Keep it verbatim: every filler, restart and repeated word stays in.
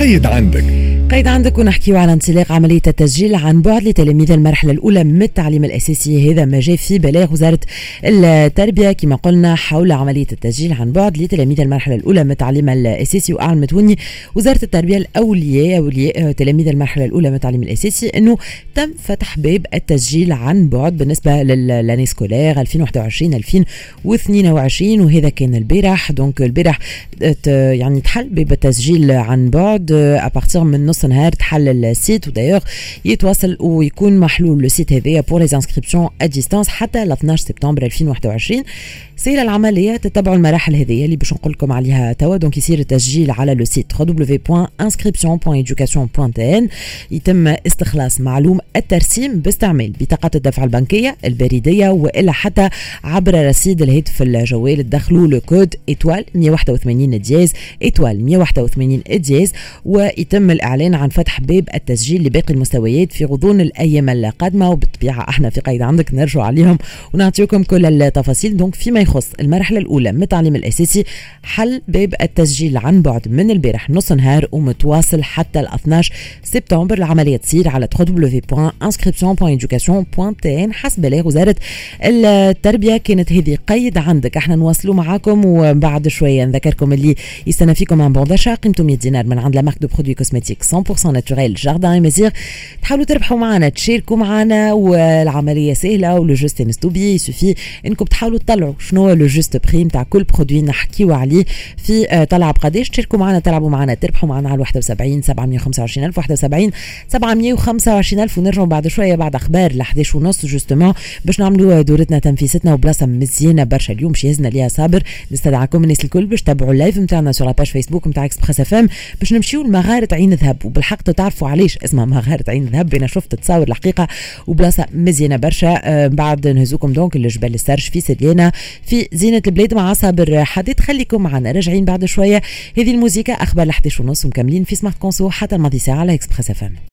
قيد عندك قيد عندك ونحكيو على انطلاق عملية التسجيل عن بعد لتلاميذ المرحلة الأولى من التعليم الأساسي. هذا ما جاء في بلاغ وزارة التربية كما قلنا حول عملية التسجيل عن بعد لتلاميذ المرحلة الأولى من التعليم الأساسي. وأعلن متوني وزارة التربية الأولياء أولياء تلاميذ المرحلة الأولى من التعليم الأساسي أنه تم فتح باب التسجيل عن بعد بالنسبة للاني سكولير ألفين وواحد وعشرين ألفين واثنين وعشرين، وهذا كان البارح. دونك البارح يعني تحل باب التسجيل عن بعد أبارتيغ من نص نهار تحل السيت، ودايوغ يتواصل ويكون محلول السيت هذايا بور لي انسكريبسيون ا ديستانس حتى ل اثناش سبتمبر ألفين وواحد وعشرين. سير العمليه تتبعوا المراحل هذيا اللي باش نقول لكم عليها توا. دونك يصير التسجيل على لو سيت دبليو دبليو دبليو بوان انسكريبسيون بوان ايدوكاسيون بوان تي ان. يتم استخلاص معلوم الترسيم باستعمال بطاقه الدفع البنكيه البريديه والا حتى عبر رصيد الهاتف الجوال. تدخلوا لو كود ايتوال مية وواحد وثمانين دياز ايتوال مية وواحد وثمانين دياز، ويتم الاعلان عن فتح باب التسجيل لباقي المستويات في غضون الايام القادمه. وبالطبيعه احنا في قيد عندك نرجع عليهم ونعطيكم كل التفاصيل. دونك فيما يخص المرحله الاولى من التعليم الاساسي حل باب التسجيل عن بعد من البارح نص نهار ومتواصل حتى ال اثناش سبتمبر. العمليه تصير على دبليو دبليو دبليو بوان انسكريبسيون بوان ايدوكاسيون بوان تي ان حسب بلاغ وزاره التربيه. كانت هذه قيد عندك. احنا نواصلوا معاكم وبعد شويه نذكركم اللي يستنى فيكم ان بونداشا قيمته مية دينار من عند لا مارك دو برودوي كوزماتيك مية بالمية ناتوريل جاردان مزيغ. تحاولوا تربحوا معنا تشاركوا معنا والعمليه سهله ولو جوست نستوبي يسوفي انكم تحاولوا تطلعوا شنو لو جوست بري نتاع كل برودوي نحكيو عليه في طلع بقداش. تشاركوا معنا تلعبوا معنا تربحوا معنا على واحد وسبعين سبعمية وخمسة وعشرين ألف واحد وسبعين سبعمية وخمسة وعشرين ألف. ونرجعوا بعد شويه بعد اخبار ل احد عشر ونص جوستومون باش نعملوا دورتنا تنفيستنا وبلاصه مزيانه برشا اليوم باش يهزنا ليها صابر. نستدعاكم الناس الكل باش تتابعوا اللايف نتاعنا سور لاباج فيسبوك نتاع اكسبريس اف ام باش نمشيو لمغاره عين ذهب. وبالحق تعرفوا علاش اسمها مغاره عين ذهب. انا شفت تصاور الحقيقه وبلاصه مزيانه برشا. آه بعد نهزوكم دونك لجبل السرج في سديانه في زينه البلاد مع صابر حديد. خليكم معنا راجعين بعد شويه. هذه الموسيقى اخبار ل احد عشر ونص ومكملين في سمارت كونسو حتى الماضي ساعه على اكسبريس اف ام.